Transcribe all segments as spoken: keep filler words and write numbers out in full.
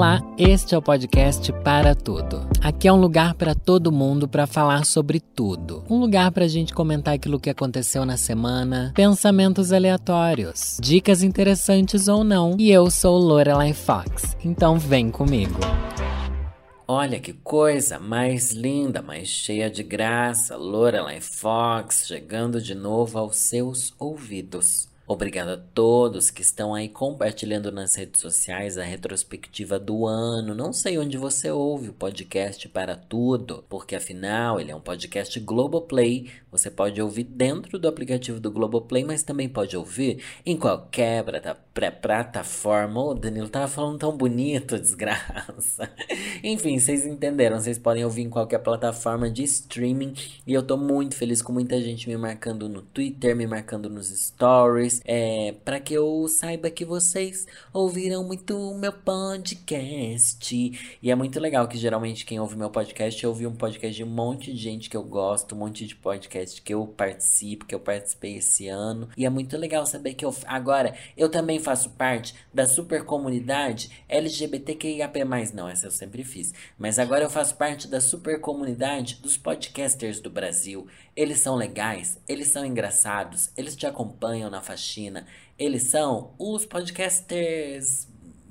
Olá, este é o podcast Para Tudo. Aqui é um lugar para todo mundo para falar sobre tudo. Um lugar para a gente comentar aquilo que aconteceu na semana, pensamentos aleatórios, dicas interessantes ou não. E eu sou Lorelai Fox, então vem comigo. Olha que coisa mais linda, mais cheia de graça, Lorelai Fox chegando de novo aos seus ouvidos. Obrigado a todos que estão aí compartilhando nas redes sociais a retrospectiva do ano. Não sei onde você ouve o podcast Para Tudo, porque afinal ele é um podcast Globoplay. Você pode ouvir dentro do aplicativo do Globoplay, mas também pode ouvir em qualquer plataforma. Ô, Danilo, tava falando tão bonito, desgraça. Enfim, vocês entenderam. Vocês podem ouvir em qualquer plataforma de streaming. E eu tô muito feliz com muita gente me marcando no Twitter, me marcando nos stories. É, para que eu saiba que vocês ouviram muito o meu podcast. E é muito legal que geralmente quem ouve meu podcast ouve um podcast de um monte de gente que eu gosto, um monte de podcast que eu participo, que eu participei esse ano. E é muito legal saber que eu agora eu também faço parte da super comunidade L G B T Q I A P mais, não, essa eu sempre fiz. Mas agora eu faço parte da super comunidade dos podcasters do Brasil. Eles são legais, eles são engraçados, eles te acompanham na faxina. Eles são os podcasters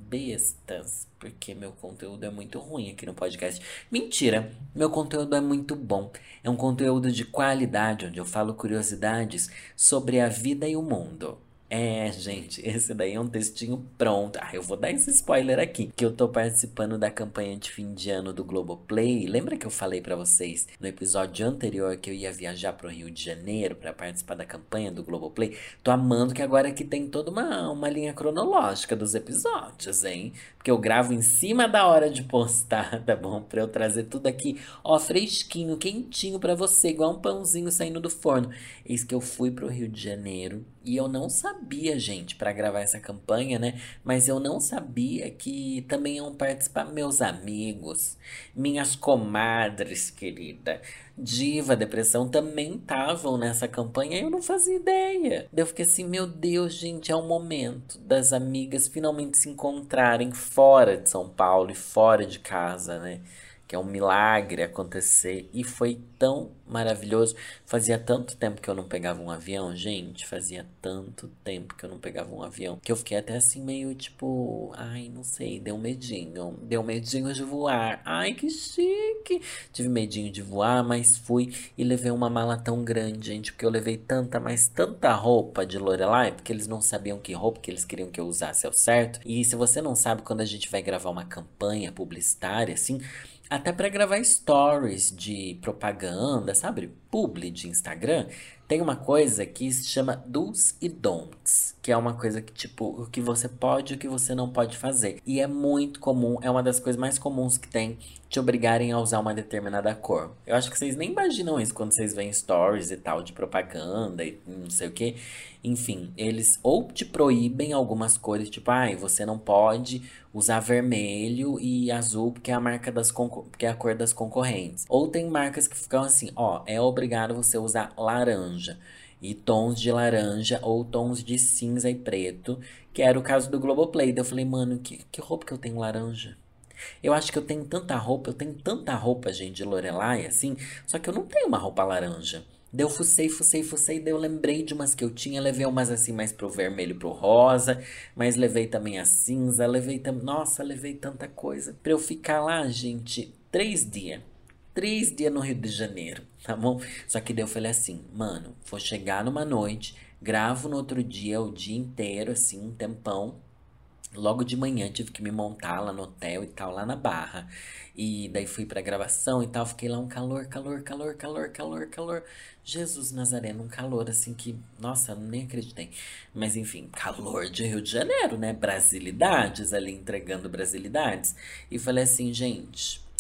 bestas, porque meu conteúdo é muito ruim aqui no podcast. Mentira, meu conteúdo é muito bom. É um conteúdo de qualidade, onde eu falo curiosidades sobre a vida e o mundo. É, gente, esse daí é um textinho pronto. Ah, eu vou dar esse spoiler aqui, que eu tô participando da campanha de fim de ano do Globoplay. Lembra que eu falei pra vocês no episódio anterior que eu ia viajar pro Rio de Janeiro pra participar da campanha do Globoplay? Tô amando que agora aqui tem toda uma, uma linha cronológica dos episódios, hein? Porque eu gravo em cima da hora de postar, tá bom? Pra eu trazer tudo aqui, ó, fresquinho, quentinho pra você, igual um pãozinho saindo do forno. Eis que eu fui pro Rio de Janeiro e eu não sabia, gente, pra gravar essa campanha, né? Mas eu não sabia que também iam participar meus amigos, minhas comadres, querida. Diva, Depressão também estavam nessa campanha e eu não fazia ideia. Daí eu fiquei assim, meu Deus, gente, é o momento das amigas finalmente se encontrarem fora de São Paulo e fora de casa, né? Que é um milagre acontecer. E foi tão maravilhoso. Fazia tanto tempo que eu não pegava um avião, gente. Fazia tanto tempo que eu não pegava um avião. Que eu fiquei até assim meio tipo... Ai, não sei, deu medinho. Deu medinho de voar. Ai, que chique. Tive medinho de voar, mas fui e levei uma mala tão grande, gente. Porque eu levei tanta, mas tanta roupa de Lorelai. Porque eles não sabiam que roupa que eles queriam que eu usasse ao certo. E se você não sabe, quando a gente vai gravar uma campanha publicitária, assim... Até para gravar stories de propaganda, sabe? Publi de Instagram. Tem uma coisa que se chama do's e don'ts. Que é uma coisa que, tipo, o que você pode e o que você não pode fazer. E é muito comum, é uma das coisas mais comuns que tem, te obrigarem a usar uma determinada cor. Eu acho que vocês nem imaginam isso quando vocês veem stories e tal, de propaganda e não sei o que. Enfim, eles ou te proíbem algumas cores, tipo, ai, ah, você não pode usar vermelho e azul porque é a marca das porque é a cor das concorrentes. Ou tem marcas que ficam assim, ó, é obrigado você usar laranja e tons de laranja ou tons de cinza e preto, que era o caso do Globoplay. Daí eu falei, mano, que, que roupa que eu tenho laranja? Eu acho que eu tenho tanta roupa, eu tenho tanta roupa, gente, de Lorelai, assim, só que eu não tenho uma roupa laranja. Daí eu fucei, fucei, fucei, daí eu lembrei de umas que eu tinha, levei umas assim mais pro vermelho, pro rosa, mas levei também a cinza, levei também, nossa, levei tanta coisa pra eu ficar lá, gente, três dias. Três dias no Rio de Janeiro, tá bom? Só que daí eu falei assim, mano, vou chegar numa noite, gravo no outro dia, o dia inteiro, assim, um tempão. Logo de manhã tive que me montar lá no hotel e tal, lá na Barra. E daí fui pra gravação e tal, fiquei lá um calor, calor, calor, calor, calor, calor. Jesus Nazareno, um calor assim que, nossa, nem acreditei. Mas enfim, calor de Rio de Janeiro, né? Brasilidades ali, entregando brasilidades. E falei assim, gente...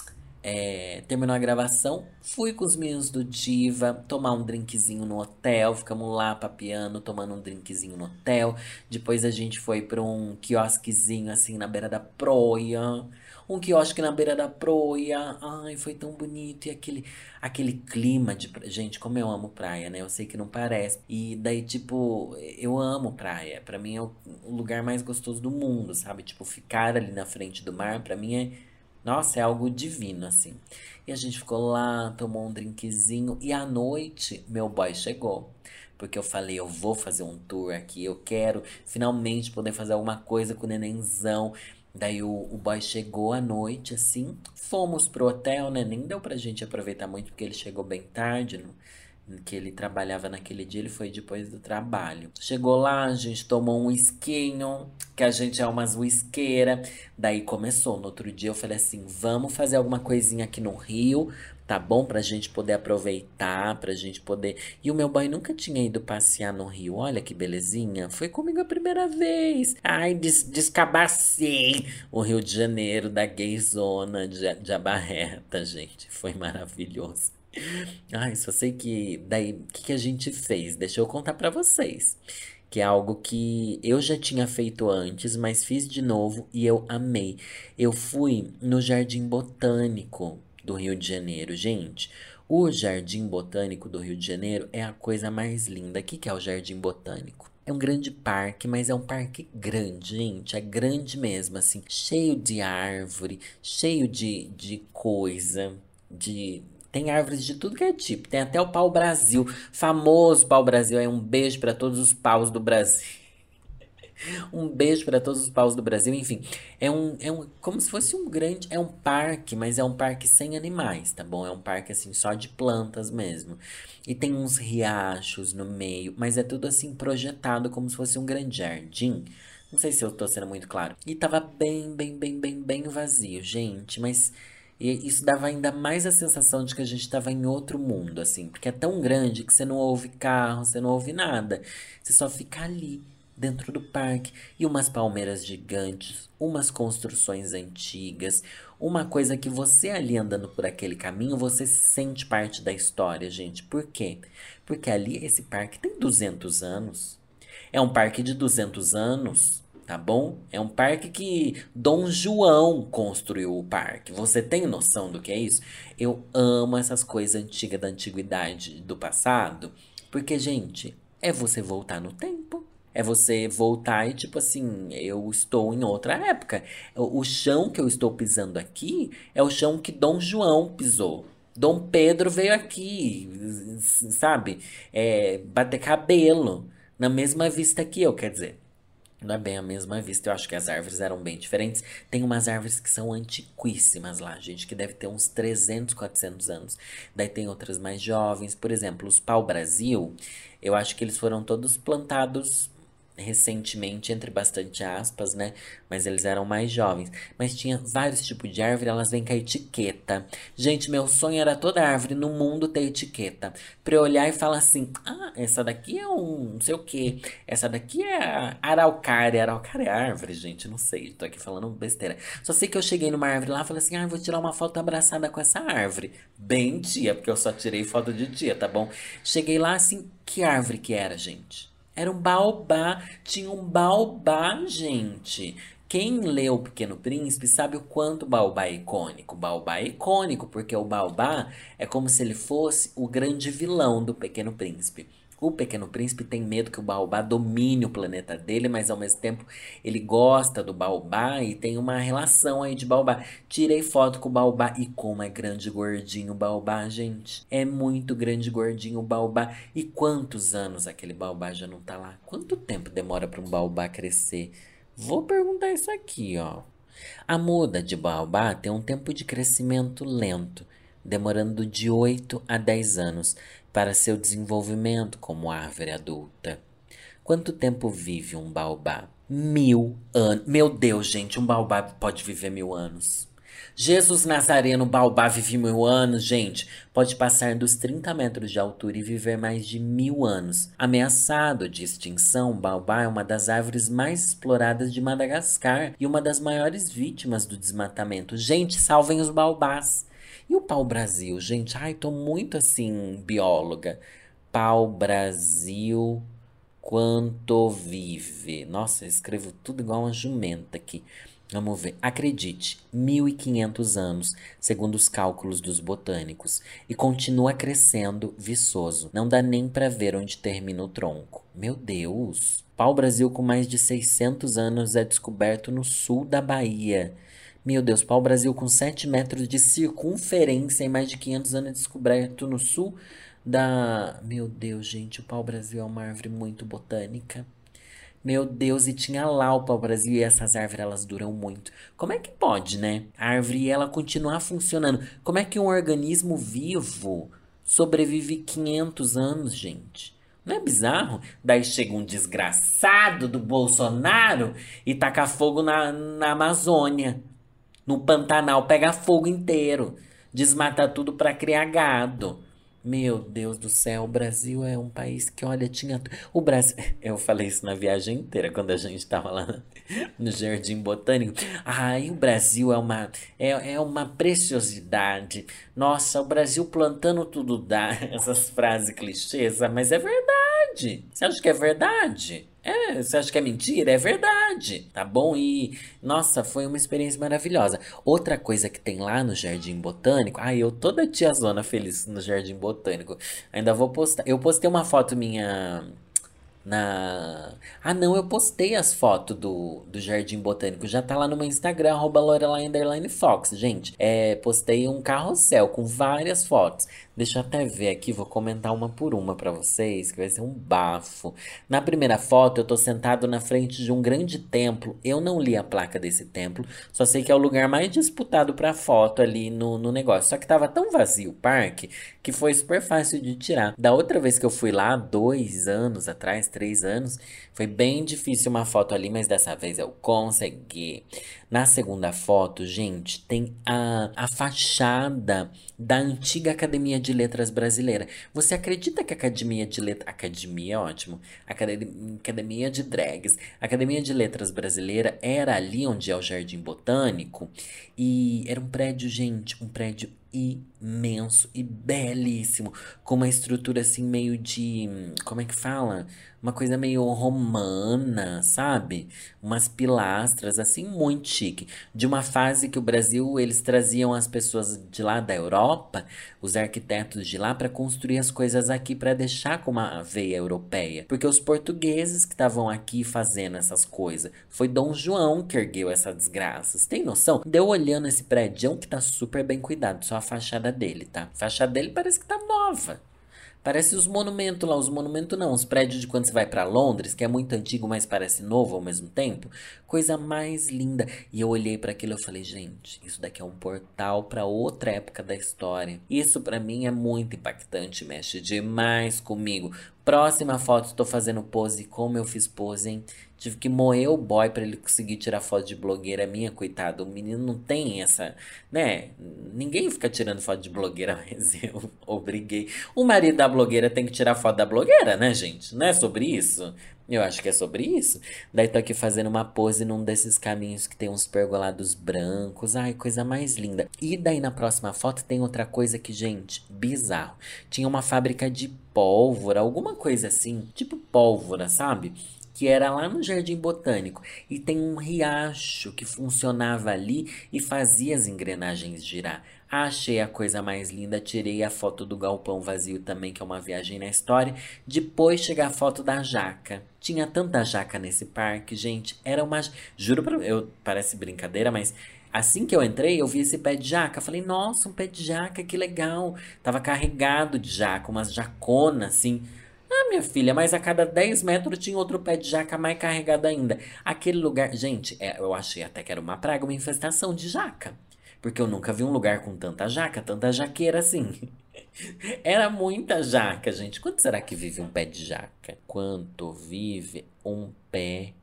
É, terminou a gravação, fui com os meninos do Diva tomar um drinkzinho no hotel. Ficamos lá papeando, tomando um drinkzinho no hotel. Depois a gente foi pra um quiosquezinho assim na beira da praia. Um quiosque na beira da praia. Ai, foi tão bonito. E aquele, aquele clima de. pra- Gente, como eu amo praia, né? Eu sei que não parece. E daí, tipo, eu amo praia. Pra mim é o o lugar mais gostoso do mundo, sabe? Tipo, ficar ali na frente do mar, pra mim é. Nossa, é algo divino, assim. E a gente ficou lá, tomou um drinkzinho. E à noite, meu boy chegou. Porque eu falei, eu vou fazer um tour aqui. Eu quero finalmente poder fazer alguma coisa com o nenenzão. Daí o, o boy chegou à noite, assim. Fomos pro hotel, né? Nem deu pra gente aproveitar muito, porque ele chegou bem tarde. No, que ele trabalhava naquele dia, ele foi depois do trabalho. Chegou lá, a gente tomou um esquinho, que a gente é umas whiskeira. Daí começou. No outro dia eu falei assim: vamos fazer alguma coisinha aqui no Rio, tá bom? Pra gente poder aproveitar, pra gente poder. E o meu boy nunca tinha ido passear no Rio. Olha que belezinha. Foi comigo a primeira vez. Ai, des descabacei o Rio de Janeiro da gayzona de, de Abarreta, gente. Foi maravilhoso. Ai, só sei que daí o que, que a gente fez? Deixa eu contar pra vocês. Que é algo que eu já tinha feito antes, mas fiz de novo e eu amei. Eu fui no Jardim Botânico do Rio de Janeiro, gente. O Jardim Botânico do Rio de Janeiro é a coisa mais linda. O que, que é o Jardim Botânico? É um grande parque, mas é um parque grande, gente. É grande mesmo, assim. Cheio de árvore, cheio de, de coisa, de tem árvores de tudo que é tipo. Tem até o pau-brasil. Famoso pau-brasil. É um beijo pra todos os paus do Brasil. Um beijo pra todos os paus do Brasil. Enfim, é um, é um. Como se fosse um grande. É um parque, mas é um parque sem animais, tá bom? É um parque assim, só de plantas mesmo. E tem uns riachos no meio. Mas é tudo assim projetado como se fosse um grande jardim. Não sei se eu tô sendo muito claro. E tava bem, bem, bem, bem, bem vazio, gente. Mas. E isso dava ainda mais a sensação de que a gente estava em outro mundo, assim, porque é tão grande que você não ouve carro, você não ouve nada. Você só fica ali, dentro do parque, e umas palmeiras gigantes, umas construções antigas, uma coisa que você ali andando por aquele caminho, você se sente parte da história, gente. Por quê? Porque ali esse parque tem duzentos anos. É um parque de duzentos anos, tá bom? É um parque que Dom João construiu o parque. Você tem noção do que é isso? Eu amo essas coisas antigas da antiguidade, do passado, porque, gente, é você voltar no tempo. É você voltar e, tipo assim, eu estou em outra época. O, o chão que eu estou pisando aqui é o chão que Dom João pisou. Dom Pedro veio aqui, sabe? É, bater cabelo na mesma vista que eu, quer dizer. Não é bem a mesma vista, eu acho que as árvores eram bem diferentes. Tem umas árvores que são antiquíssimas lá, gente, que deve ter uns trezentos, quatrocentos anos. Daí tem outras mais jovens, por exemplo, os pau-brasil, eu acho que eles foram todos plantados recentemente, entre bastante aspas, né? Mas eles eram mais jovens. Mas tinha vários tipos de árvore, elas vêm com a etiqueta. Gente, meu sonho era toda árvore no mundo ter etiqueta. Pra eu olhar e falar assim: ah, essa daqui é um não sei o quê. Essa daqui é a araucária. Araucária é árvore, gente? Não sei, tô aqui falando besteira. Só sei que eu cheguei numa árvore lá e falei assim: ah, vou tirar uma foto abraçada com essa árvore. Bem tia, porque eu só tirei foto de tia, tá bom? Cheguei lá assim, que árvore que era, gente? Era um baobá, tinha um baobá, gente. Quem leu O Pequeno Príncipe sabe o quanto o baobá é icônico. O baobá é icônico porque o baobá é como se ele fosse o grande vilão do Pequeno Príncipe. O Pequeno Príncipe tem medo que o baobá domine o planeta dele, mas ao mesmo tempo ele gosta do baobá e tem uma relação aí de baobá. Tirei foto com o baobá e como é grande e gordinho o baobá, gente. É muito grande e gordinho o baobá. E quantos anos aquele baobá já não tá lá? Quanto tempo demora para um baobá crescer? Vou perguntar isso aqui, ó. A muda de baobá tem um tempo de crescimento lento, demorando de oito a dez anos para seu desenvolvimento como árvore adulta. Quanto tempo vive um baobá? Mil anos. Meu Deus, gente, um baobá pode viver mil anos. Jesus Nazareno, baobá vive mil anos, gente. Pode passar dos trinta metros de altura e viver mais de mil anos. Ameaçado de extinção, o baobá é uma das árvores mais exploradas de Madagascar e uma das maiores vítimas do desmatamento. Gente, salvem os baobás. E o pau-brasil, gente? Ai, tô muito assim, bióloga. Pau-brasil, quanto vive? Nossa, eu escrevo tudo igual uma jumenta aqui. Vamos ver. Acredite, mil e quinhentos anos, segundo os cálculos dos botânicos, e continua crescendo viçoso. Não dá nem pra ver onde termina o tronco. Meu Deus! Pau-brasil com mais de seiscentos anos é descoberto no sul da Bahia. Meu Deus, pau-brasil com sete metros de circunferência e mais de quinhentos anos é descoberto no sul da... Meu Deus, gente, o pau-brasil é uma árvore muito botânica. Meu Deus, e tinha lá o pau-brasil e essas árvores, elas duram muito. Como é que pode, né? A árvore, ela continuar funcionando. Como é que um organismo vivo sobrevive quinhentos anos, gente? Não é bizarro? Daí chega um desgraçado do Bolsonaro e taca fogo na, na Amazônia. No Pantanal, pega fogo inteiro. Desmata tudo pra criar gado. Meu Deus do céu, o Brasil é um país que, olha, tinha. tu- O Brasil. Eu falei isso na viagem inteira, quando a gente tava lá no Jardim Botânico. Ai, o Brasil é uma, é, é uma preciosidade. Nossa, o Brasil plantando tudo dá. Essas frases clichês, ah, mas é verdade. Você acha que é verdade? É, você acha que é mentira? É verdade, tá bom? E, nossa, foi uma experiência maravilhosa. Outra coisa que tem lá no Jardim Botânico, ai, eu toda tiazona feliz no Jardim Botânico. Ainda vou postar. Eu postei uma foto minha na. Ah, não, eu postei as fotos do, do Jardim Botânico. Já tá lá no meu Instagram, arroba Lorelai underline Fox. Gente, é, postei um carrossel com várias fotos. Deixa eu até ver aqui, vou comentar uma por uma pra vocês, que vai ser um bafo. Na primeira foto, eu tô sentado na frente de um grande templo. Eu não li a placa desse templo, só sei que é o lugar mais disputado pra foto ali no, no negócio. Só que tava tão vazio o parque que foi super fácil de tirar. Da outra vez que eu fui lá, dois anos atrás, três anos, foi bem difícil uma foto ali, mas dessa vez eu consegui. Na segunda foto, gente, tem a, a fachada da antiga Academia de Letras Brasileira. Você acredita que a Academia de Letras... Academia é ótimo. Academia, Academia de Drags. A Academia de Letras Brasileira era ali onde é o Jardim Botânico. E era um prédio, gente, um prédio imenso e belíssimo, com uma estrutura assim meio de, como é que fala? Uma coisa meio romana, sabe? Umas pilastras assim muito chique, de uma fase que o Brasil eles traziam as pessoas de lá da Europa, os arquitetos de lá para construir as coisas aqui para deixar com uma veia europeia, porque os portugueses que estavam aqui fazendo essas coisas, foi Dom João que ergueu essa desgraça. Você tem noção? Deu olhando esse prédio que tá super bem cuidado, só a fachada dele, tá? A fachada dele parece que tá nova. Parece os monumentos lá, os monumentos não, os prédios de quando você vai pra Londres, que é muito antigo, mas parece novo ao mesmo tempo. Coisa mais linda. E eu olhei pra aquilo e eu falei, gente, isso daqui é um portal pra outra época da história. Isso pra mim é muito impactante, mexe demais comigo. Próxima foto, estou fazendo pose, como eu fiz pose, hein? Tive que moer o boy pra ele conseguir tirar foto de blogueira minha, coitado. O menino não tem essa, né? Ninguém fica tirando foto de blogueira, mas eu obriguei. O marido da blogueira tem que tirar foto da blogueira, né, gente? Não é sobre isso? Eu acho que é sobre isso. Daí tô aqui fazendo uma pose num desses caminhos que tem uns pergolados brancos. Ai, coisa mais linda. E daí na próxima foto tem outra coisa que, gente, bizarro. Tinha uma fábrica de pólvora, alguma coisa assim, tipo pólvora, sabe? Que era lá no Jardim Botânico. E tem um riacho que funcionava ali e fazia as engrenagens girar. Achei a coisa mais linda, tirei a foto do galpão vazio também, que é uma viagem na história. Depois chega a foto da jaca. Tinha tanta jaca nesse parque, gente. Era uma. Juro pra eu, parece brincadeira, mas assim que eu entrei, eu vi esse pé de jaca. Falei, nossa, um pé de jaca, que legal. Tava carregado de jaca, umas jaconas assim. Ah, minha filha, mas a cada dez metros tinha outro pé de jaca mais carregado ainda. Aquele lugar. Gente, é, eu achei até que era uma praga, uma infestação de jaca. Porque eu nunca vi um lugar com tanta jaca, tanta jaqueira assim. Era muita jaca, gente. Quanto será que vive um pé de jaca? Quanto vive um pé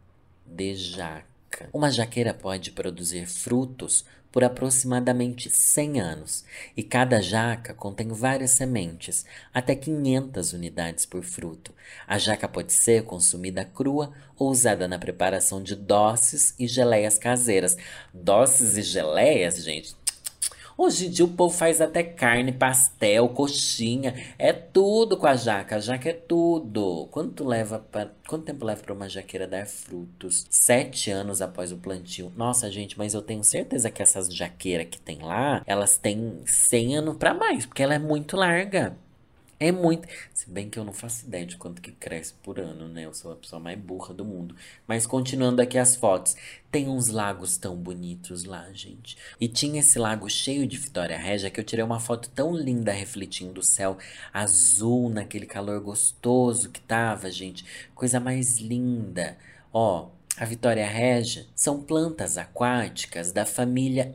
de jaca? Uma jaqueira pode produzir frutos por aproximadamente cem anos, e cada jaca contém várias sementes, até quinhentas unidades por fruto. A jaca pode ser consumida crua ou usada na preparação de doces e geleias caseiras. Doces e geleias, gente? Hoje em dia o povo faz até carne, pastel, coxinha. É tudo com a jaca. A jaca é tudo. Quanto leva pra, quanto tempo leva para uma jaqueira dar frutos? Sete anos após o plantio. Nossa, gente, mas eu tenho certeza que essas jaqueiras que tem lá, elas têm cem anos para mais, porque ela é muito larga. É muito. Se bem que eu não faço ideia de quanto que cresce por ano, né? Eu sou a pessoa mais burra do mundo. Mas continuando aqui as fotos. Tem uns lagos tão bonitos lá, gente. E tinha esse lago cheio de Vitória Régia que eu tirei uma foto tão linda refletindo o céu azul naquele calor gostoso que tava, gente. Coisa mais linda. Ó. A Vitória Régia são plantas aquáticas da família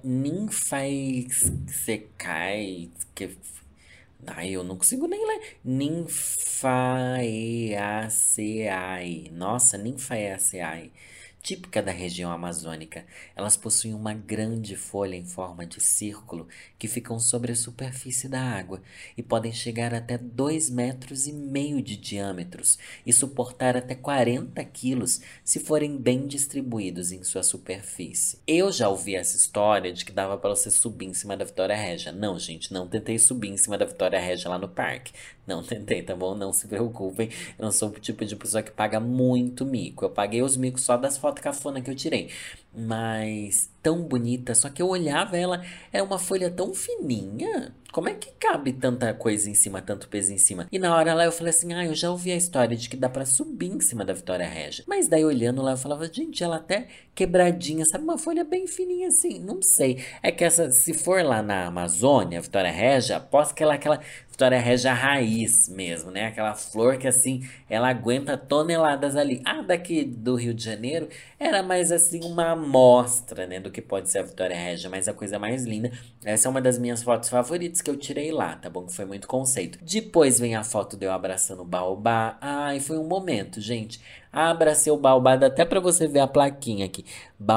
Nymphaceae, que ai, eu não consigo nem ler. Nymphaeaceae. Nossa, Nymphaeaceae. Típica da região amazônica. Elas possuem uma grande folha em forma de círculo que ficam sobre a superfície da água e podem chegar até dois metros e meio de diâmetros e suportar até quarenta quilos se forem bem distribuídos em sua superfície. Eu já ouvi essa história de que dava para você subir em cima da Vitória Régia. Não, gente, não tentei subir em cima da Vitória Régia lá no parque. Não tentei, tá bom? Não se preocupem. Eu não sou o tipo de pessoa que paga muito mico. Eu paguei os micos só das fotos cafona que eu tirei. Mas tão bonita. Só que eu olhava ela, é uma folha tão fininha. Como é que cabe tanta coisa em cima, tanto peso em cima? E na hora lá eu falei assim, ah, eu já ouvi a história de que dá pra subir em cima da Vitória Régia. Mas daí olhando lá eu falava, gente, ela até quebradinha, sabe? Uma folha bem fininha assim, não sei. É que essa, se for lá na Amazônia, Vitória Régia, aposto que ela é aquela Vitória Régia raiz mesmo, né? Aquela flor que assim, ela aguenta toneladas ali. Ah, daqui do Rio de Janeiro era mais assim uma amostra, né, do que pode ser a Vitória Régia, mas a coisa mais linda. Essa é uma das minhas fotos favoritas que eu tirei lá, tá bom? Que foi muito conceito. Depois vem a foto de eu abraçando o baobá. Ai, foi um momento, gente. Abracei o baobá, dá até pra você ver a plaquinha aqui.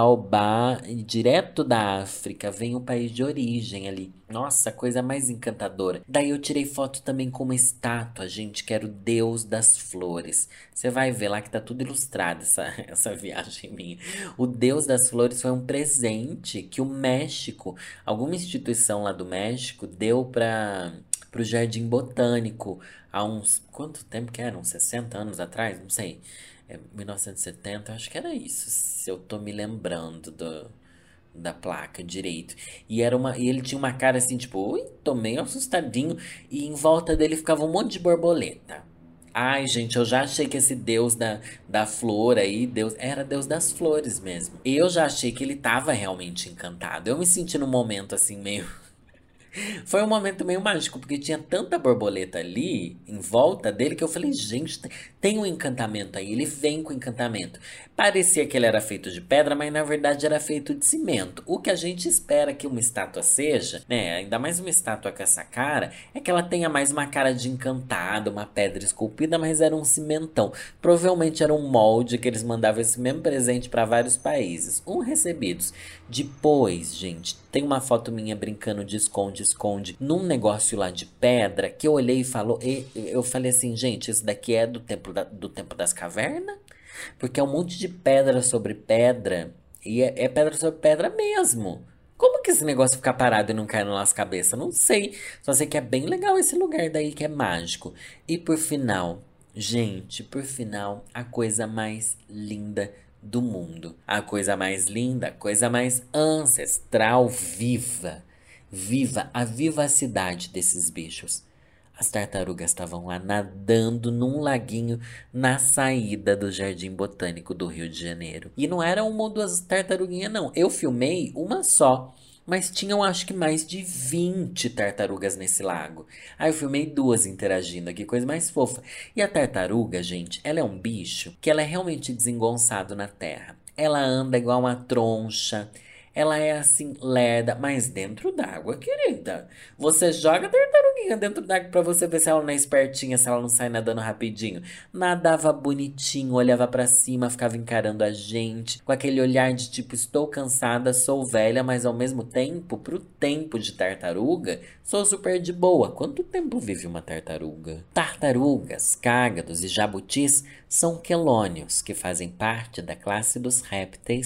Baobá, direto da África, vem o país de origem ali. Nossa, coisa mais encantadora. Daí eu tirei foto também com uma estátua, gente, que era o Deus das Flores. Você vai ver lá que tá tudo ilustrado essa, essa viagem minha. O Deus das Flores foi um presente que o México, alguma instituição lá do México, deu para pro Jardim Botânico há uns... Quanto tempo que era? Uns sessenta anos atrás? Não sei. É, mil novecentos e setenta, acho que era isso, se eu tô me lembrando do, da placa direito. E, era uma, e ele tinha uma cara assim, tipo, ui, tô meio assustadinho. E em volta dele ficava um monte de borboleta. Ai, gente, eu já achei que esse deus da, da flor aí, deus, era deus das flores mesmo. Eu já achei que ele tava realmente encantado. Eu me senti num momento assim, meio... Foi um momento meio mágico, porque tinha tanta borboleta ali, em volta dele, que eu falei, gente, tem um encantamento aí, ele vem com encantamento. Parecia que ele era feito de pedra, mas na verdade era feito de cimento. O que a gente espera que uma estátua seja, né, ainda mais uma estátua com essa cara, é que ela tenha mais uma cara de encantado, uma pedra esculpida, mas era um cimentão. Provavelmente era um molde que eles mandavam esse mesmo presente para vários países, um recebidos. Depois, gente, tem uma foto minha brincando de esconde-esconde num negócio lá de pedra que eu olhei e falou, e eu falei assim, gente, isso daqui é do tempo, da, do tempo das cavernas? Porque é um monte de pedra sobre pedra e é, é pedra sobre pedra mesmo. Como que esse negócio fica parado e não cai nas nossas cabeças? Não sei. Só sei que é bem legal esse lugar daí que é mágico. E por final, gente, por final, a coisa mais linda do mundo. A coisa mais linda, a coisa mais ancestral, viva. Viva a vivacidade desses bichos. As tartarugas estavam lá nadando num laguinho na saída do Jardim Botânico do Rio de Janeiro. E não era uma ou duas tartaruguinhas, não. Eu filmei uma só. Mas tinham acho que mais de vinte tartarugas nesse lago. Aí eu filmei duas interagindo, que coisa mais fofa. E a tartaruga, gente, ela é um bicho que ela é realmente desengonçado na terra. Ela anda igual uma troncha. Ela é assim, lerda, mas dentro d'água, querida. Você joga a tartaruguinha dentro d'água pra você ver se ela não é espertinha, se ela não sai nadando rapidinho. Nadava bonitinho, olhava pra cima, ficava encarando a gente, com aquele olhar de tipo, estou cansada, sou velha, mas ao mesmo tempo, pro tempo de tartaruga, sou super de boa. Quanto tempo vive uma tartaruga? Tartarugas, cágados e jabutis são quelônios, que fazem parte da classe dos répteis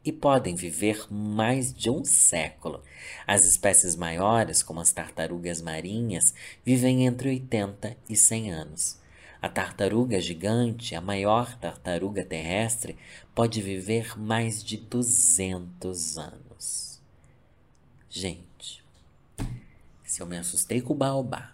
e podem viver mais de um século. As espécies maiores, como as tartarugas marinhas, vivem entre oitenta e cem anos. A tartaruga gigante, a maior tartaruga terrestre, pode viver mais de duzentos anos. Gente, se eu me assustei com o baobá,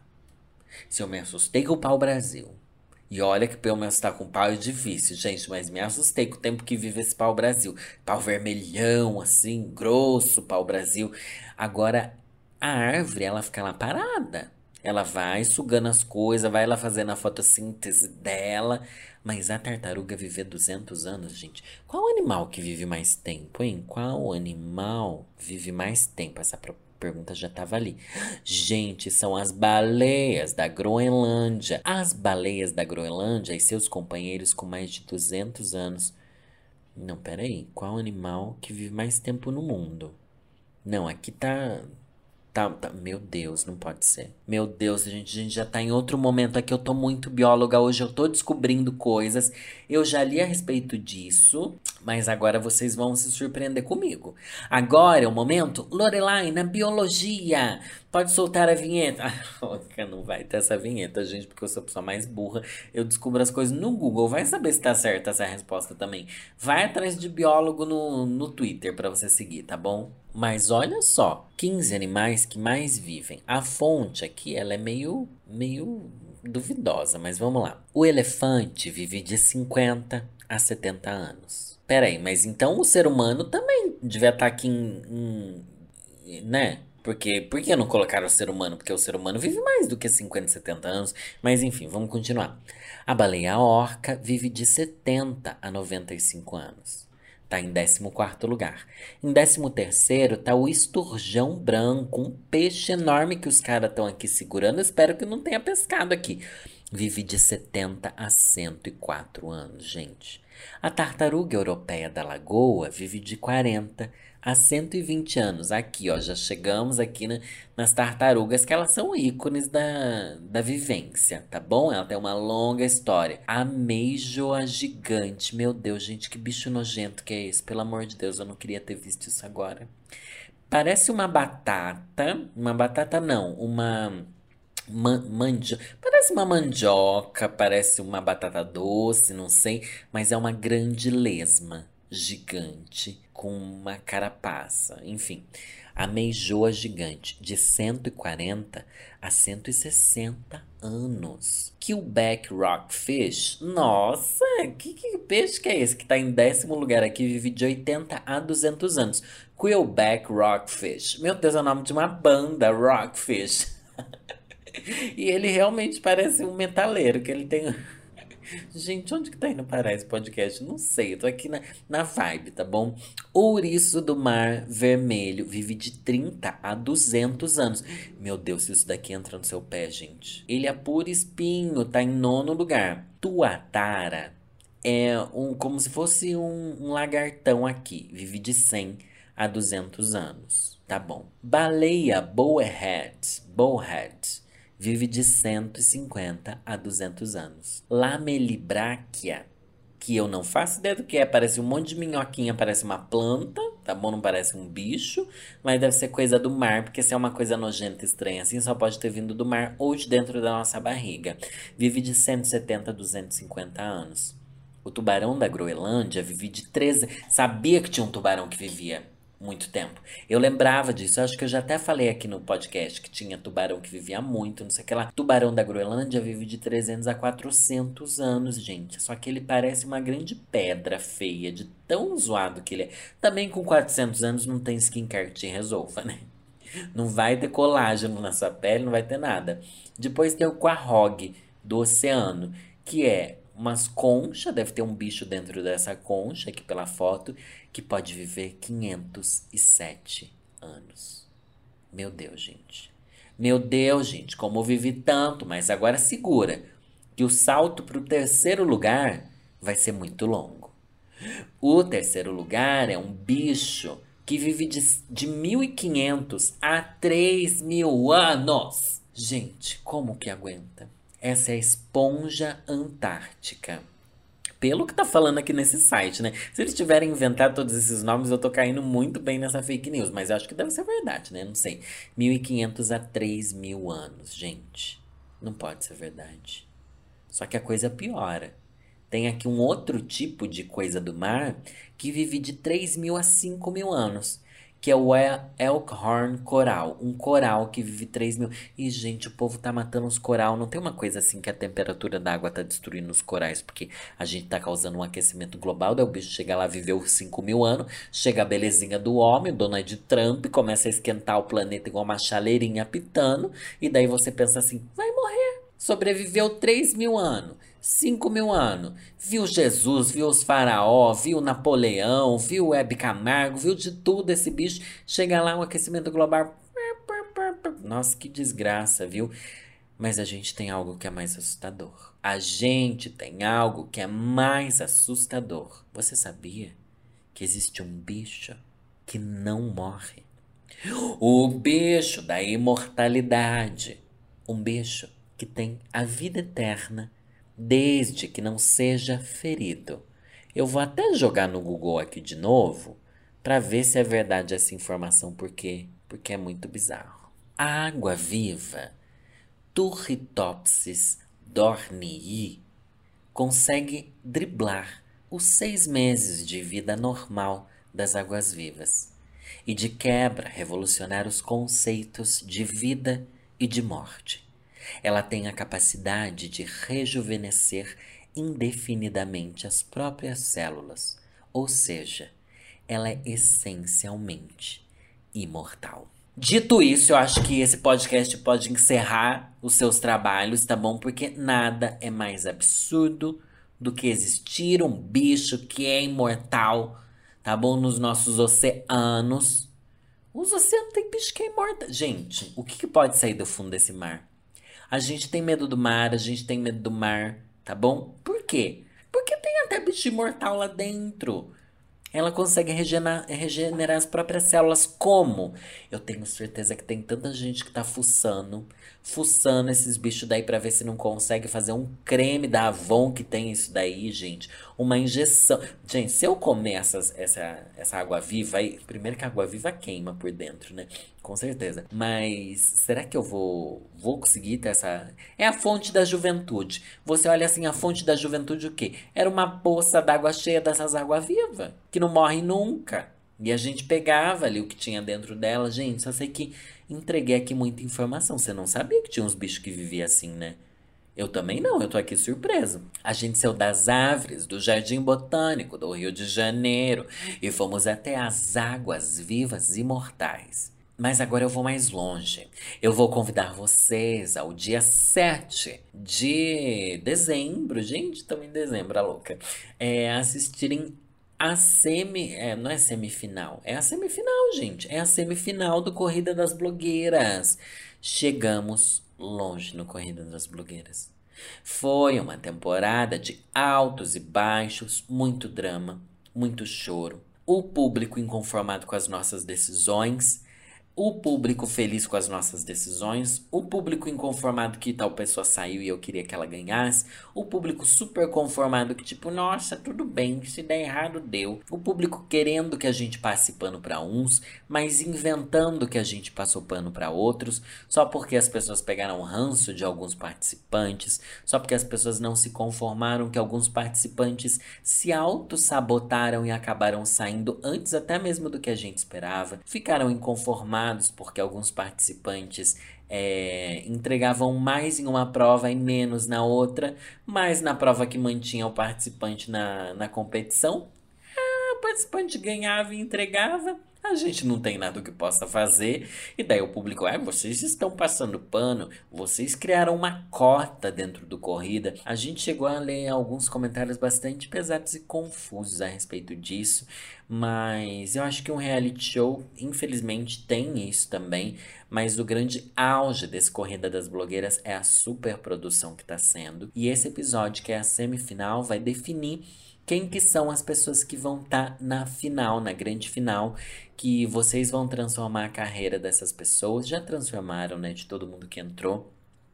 se eu me assustei com o pau-brasil, e olha que pelo menos tá com pau é difícil, gente, mas me assustei com o tempo que vive esse pau-brasil. Pau vermelhão, assim, grosso, pau-brasil. Agora, a árvore, ela fica lá parada. Ela vai sugando as coisas, vai lá fazendo a fotossíntese dela. Mas a tartaruga viver duzentos anos, gente. Qual animal que vive mais tempo, hein? Qual animal vive mais tempo? Essa pro- pergunta já tava ali. Gente, são as baleias da Groenlândia. As baleias da Groenlândia e seus companheiros com mais de duzentos anos. Não, peraí. Qual animal que vive mais tempo no mundo? Não, aqui tá. Tá, tá- Meu Deus, não pode ser. Meu Deus, gente, a gente já tá em outro momento aqui. Eu tô muito bióloga hoje, eu tô descobrindo coisas. Eu já li a respeito disso, mas agora vocês vão se surpreender comigo. Agora é o momento, Lorelai, na biologia. Pode soltar a vinheta. Ah, não vai ter essa vinheta, gente, porque eu sou a pessoa mais burra. Eu descubro as coisas no Google. Vai saber se tá certa essa resposta também. Vai atrás de biólogo no, no Twitter pra você seguir, tá bom? Mas olha só, quinze animais que mais vivem. A fonte aqui, ela é meio, meio duvidosa, mas vamos lá. O elefante vive de cinquenta a setenta anos. Pera aí, mas então o ser humano também devia estar aqui em, em- né? Porque, por que não colocaram o ser humano? Porque o ser humano vive mais do que cinquenta, setenta anos. Mas enfim, vamos continuar. A baleia orca vive de setenta a noventa e cinco anos. Tá em décimo quarto lugar. Em décimo terceiro tá o esturjão branco, um peixe enorme que os caras estão aqui segurando. Eu espero que não tenha pescado aqui. Vive de setenta a cento e quatro anos, gente. A tartaruga europeia da lagoa vive de quarenta a cento e vinte anos. Aqui, ó, já chegamos aqui na- nas tartarugas, que elas são ícones da, da vivência, tá bom? Ela tem uma longa história. A ameijoa gigante. Meu Deus, gente, que bicho nojento que é esse? Pelo amor de Deus, eu não queria ter visto isso agora. Parece uma batata. Uma batata não, uma man, mandioca. Parece uma mandioca, parece uma batata doce, não sei, mas é uma grande lesma gigante com uma carapaça. Enfim, a meijoa gigante de cento e quarenta a cento e sessenta anos. Quebec Rockfish, nossa, que, que peixe que é esse que tá em décimo lugar aqui, vive de oitenta a duzentos anos. Quebec Rockfish, meu Deus, é o nome de uma banda, Rockfish. E ele realmente parece um metaleiro, que ele tem. Gente, onde que tá indo parar esse podcast? Não sei, eu tô aqui na, na vibe, tá bom? Ouriço do Mar Vermelho vive de trinta a duzentos anos. Meu Deus, se isso daqui entra no seu pé, gente. Ele é puro espinho, tá em nono lugar. Tuatara é um, como se fosse um, um lagartão aqui, vive de cem a duzentos anos. Tá bom. Baleia Bowhead, Bowhead vive de cento e cinquenta a duzentos anos. Lamelibráquia, que eu não faço ideia do que é, parece um monte de minhoquinha, parece uma planta, tá bom? Não parece um bicho, mas deve ser coisa do mar, porque se é uma coisa nojenta, estranha assim, só pode ter vindo do mar ou de dentro da nossa barriga. Vive de cento e setenta a duzentos e cinquenta anos. O tubarão da Groenlândia vive de treze. Sabia que tinha um tubarão que vivia muito tempo. Eu lembrava disso. Eu acho que eu já até falei aqui no podcast que tinha tubarão que vivia muito, não sei o que lá. Tubarão da Groenlândia vive de trezentos a quatrocentos anos, gente. Só que ele parece uma grande pedra feia, de tão zoado que ele é. Também com quatrocentos anos não tem skincare que te resolva, né? Não vai ter colágeno na sua pele, não vai ter nada. Depois tem o quahog do oceano, que é umas conchas, deve ter um bicho dentro dessa concha, aqui pela foto, que pode viver quinhentos e sete anos. Meu Deus, gente. Meu Deus, gente, como eu vivi tanto, mas agora segura, que o salto para o terceiro lugar vai ser muito longo. O terceiro lugar é um bicho que vive de, de mil e quinhentos a três mil anos. Gente, como que aguenta? Essa é a esponja antártica. Pelo que tá falando aqui nesse site, né? Se eles tiverem inventado todos esses nomes, eu tô caindo muito bem nessa fake news. Mas eu acho que deve ser verdade, né? Não sei. mil e quinhentos a três mil anos, gente. Não pode ser verdade. Só que a coisa piora. Tem aqui um outro tipo de coisa do mar que vive de três mil a cinco mil anos. Que é o El- Elkhorn Coral. Um coral que vive três mil. E, gente, o povo tá matando os coral. Não tem uma coisa assim que a temperatura da água tá destruindo os corais. Porque a gente tá causando um aquecimento global. Daí o bicho chega lá, viveu cinco mil anos. Chega a belezinha do homem, o Donald Trump. Começa a esquentar o planeta igual uma chaleirinha pitando. E daí você pensa assim, vai morrer. Sobreviveu três mil anos, cinco mil anos. Viu Jesus, viu os faraó, viu Napoleão, viu Hebe Camargo, viu de tudo esse bicho. Chega lá, um aquecimento global. Nossa, que desgraça, viu? Mas a gente tem algo que é mais assustador. A gente tem algo que é mais assustador. Você sabia que existe um bicho que não morre? O bicho da imortalidade. Um bicho que tem a vida eterna, desde que não seja ferido. Eu vou até jogar no Google aqui de novo, para ver se é verdade essa informação, porque, porque é muito bizarro. A água-viva, Turritopsis dornii, consegue driblar os seis meses de vida normal das águas-vivas e, de quebra, revolucionar os conceitos de vida e de morte. Ela tem a capacidade de rejuvenescer indefinidamente as próprias células, ou seja, ela é essencialmente imortal. Dito isso, eu acho que esse podcast pode encerrar os seus trabalhos, tá bom? Porque nada é mais absurdo do que existir um bicho que é imortal, tá bom? Nos nossos oceanos. Os oceanos tem bicho que é imortal. Gente, o que, que pode sair do fundo desse mar? A gente tem medo do mar, a gente tem medo do mar, tá bom? Por quê? Porque tem até bicho imortal lá dentro. Ela consegue regenerar, regenerar as próprias células. Como? Eu tenho certeza que tem tanta gente que tá fuçando, fuçando esses bichos daí pra ver se não consegue fazer um creme da Avon que tem isso daí, gente. Uma injeção. Gente, se eu comer essas, essa, essa água viva aí, primeiro que a água viva queima por dentro, né? Com certeza. Mas será que eu vou, vou conseguir ter essa... É a fonte da juventude. Você olha assim, a fonte da juventude o quê? Era uma poça d'água cheia dessas água-viva, que não morre nunca. E a gente pegava ali o que tinha dentro dela. Gente, só sei que entreguei aqui muita informação. Você não sabia que tinha uns bichos que viviam assim, né? Eu também não, eu tô aqui surpreso. A gente saiu das árvores do Jardim Botânico do Rio de Janeiro e fomos até as águas vivas imortais. Mas agora eu vou mais longe. Eu vou convidar vocês ao dia sete de dezembro. Gente, estamos em dezembro, a louca. É, assistirem a semi... É, não é semifinal. É a semifinal, gente. É a semifinal do Corrida das Blogueiras. Chegamos longe no Corrida das Blogueiras. Foi uma temporada de altos e baixos, muito drama, muito choro. O público inconformado com as nossas decisões, o público feliz com as nossas decisões, o público inconformado que tal pessoa saiu e eu queria que ela ganhasse, o público super conformado que tipo, nossa, tudo bem, se der errado deu. O público querendo que a gente passe pano para uns, mas inventando que a gente passou pano para outros, só porque as pessoas pegaram ranço de alguns participantes, só porque as pessoas não se conformaram que alguns participantes se auto-sabotaram e acabaram saindo antes até mesmo do que a gente esperava, ficaram inconformados porque alguns participantes é, entregavam mais em uma prova e menos na outra, mas na prova que mantinha o participante na, na competição, o participante ganhava e entregava. A gente não tem nada que possa fazer. E daí o público, ah, vocês estão passando pano, vocês criaram uma cota dentro do Corrida. A gente chegou a ler alguns comentários bastante pesados e confusos a respeito disso. Mas eu acho que um reality show, infelizmente, tem isso também. Mas o grande auge desse Corrida das Blogueiras é a superprodução que está sendo. E esse episódio, que é a semifinal, vai definir quem que são as pessoas que vão estar tá na final, na grande final, que vocês vão transformar a carreira dessas pessoas. Já transformaram, né, de todo mundo que entrou.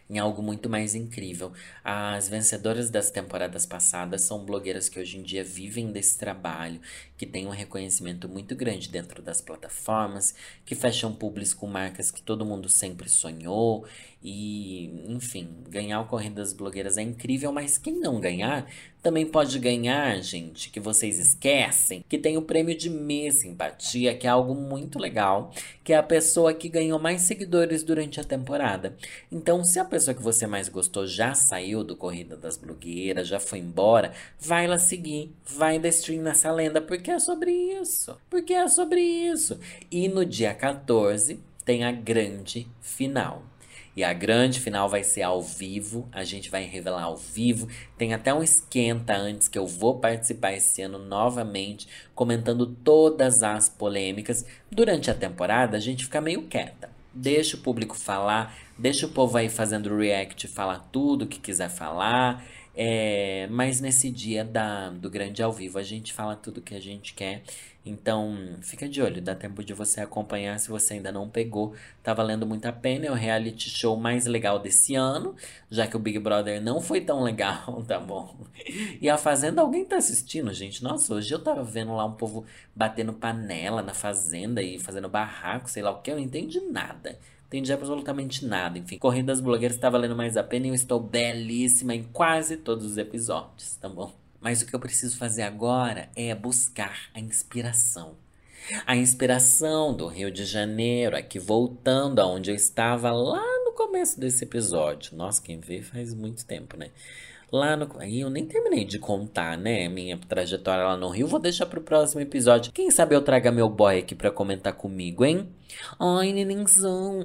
em algo muito mais incrível. As vencedoras das temporadas passadas são blogueiras que hoje em dia vivem desse trabalho, que têm um reconhecimento muito grande dentro das plataformas, que fecham publis com marcas que todo mundo sempre sonhou. E, enfim, ganhar o Corrida das Blogueiras é incrível, mas quem não ganhar também pode ganhar, gente, que vocês esquecem, que tem o prêmio de Miss Simpatia, que é algo muito legal, que é a pessoa que ganhou mais seguidores durante a temporada. Então, se a pessoa que você mais gostou já saiu do Corrida das Blogueiras, já foi embora, vai lá seguir, vai dar stream nessa lenda, porque é sobre isso, porque é sobre isso. E no dia quatorze tem a grande final. E a grande final vai ser ao vivo, a gente vai revelar ao vivo. Tem até um esquenta antes que eu vou participar esse ano novamente, comentando todas as polêmicas. Durante a temporada a gente fica meio quieta, deixa o público falar, deixa o povo aí fazendo react falar tudo que quiser falar. É, mas nesse dia da, do grande ao vivo a gente fala tudo que a gente quer. Então fica de olho, dá tempo de você acompanhar se você ainda não pegou. Tá valendo muito a pena, é o reality show mais legal desse ano, já que o Big Brother não foi tão legal, tá bom? E a Fazenda, alguém tá assistindo, gente? Nossa, hoje eu tava vendo lá um povo batendo panela na Fazenda e fazendo barraco, sei lá o que, eu não entendi nada. Entendi absolutamente nada. Enfim, Corrida das Blogueiras tá valendo mais a pena e eu estou belíssima em quase todos os episódios, tá bom? Mas o que eu preciso fazer agora é buscar a inspiração. A inspiração do Rio de Janeiro, aqui voltando aonde eu estava lá no começo desse episódio. Nossa, quem vê faz muito tempo, né? Lá no... Aí eu nem terminei de contar, né? Minha trajetória lá no Rio. Vou deixar pro próximo episódio. Quem sabe eu traga meu boy aqui pra comentar comigo, hein? Ai, nenenzão.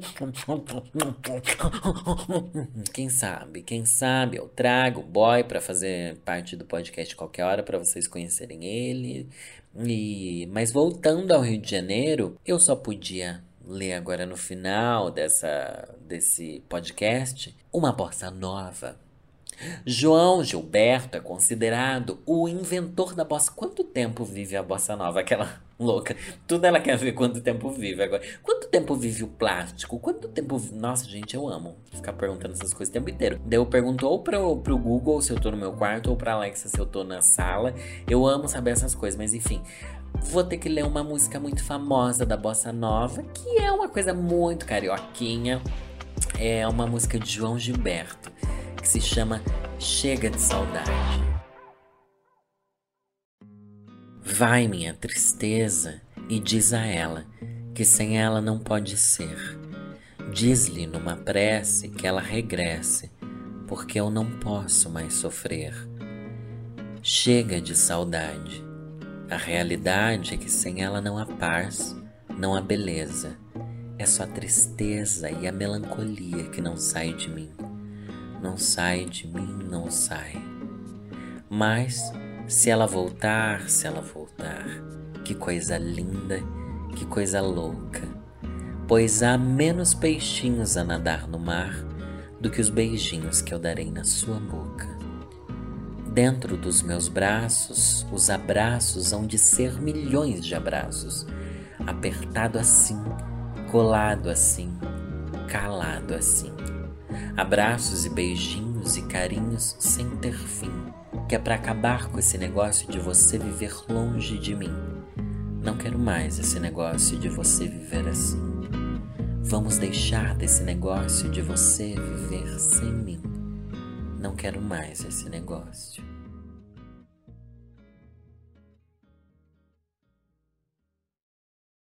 Quem sabe? Quem sabe eu trago o boy pra fazer parte do podcast qualquer hora pra vocês conhecerem ele. E... Mas voltando ao Rio de Janeiro, eu só podia ler agora no final dessa, desse podcast uma bossa nova. João Gilberto é considerado o inventor da bossa. Quanto tempo vive a bossa nova? Aquela louca. Tudo ela quer ver quanto tempo vive agora. Quanto tempo vive o plástico? Quanto tempo... Nossa, gente, eu amo ficar perguntando essas coisas o tempo inteiro. Daí eu pergunto ou pro, pro Google se eu tô no meu quarto, ou pra Alexa se eu tô na sala. Eu amo saber essas coisas, mas enfim... Vou ter que ler uma música muito famosa da bossa nova, que é uma coisa muito carioquinha. É uma música de João Gilberto, que se chama Chega de Saudade. Vai, minha tristeza, e diz a ela que sem ela não pode ser. Diz-lhe numa prece que ela regresse, porque eu não posso mais sofrer. Chega de saudade. A realidade é que sem ela não há paz, não há beleza. É só a tristeza e a melancolia que não sai de mim. Não sai de mim, não sai. Mas se ela voltar, se ela voltar, que coisa linda, que coisa louca. Pois há menos peixinhos a nadar no mar do que os beijinhos que eu darei na sua boca. Dentro dos meus braços, os abraços hão de ser milhões de abraços, apertado assim, colado assim, calado assim. Abraços e beijinhos e carinhos sem ter fim, que é pra acabar com esse negócio de você viver longe de mim. Não quero mais esse negócio de você viver assim. Vamos deixar desse negócio de você viver sem mim. Não quero mais esse negócio.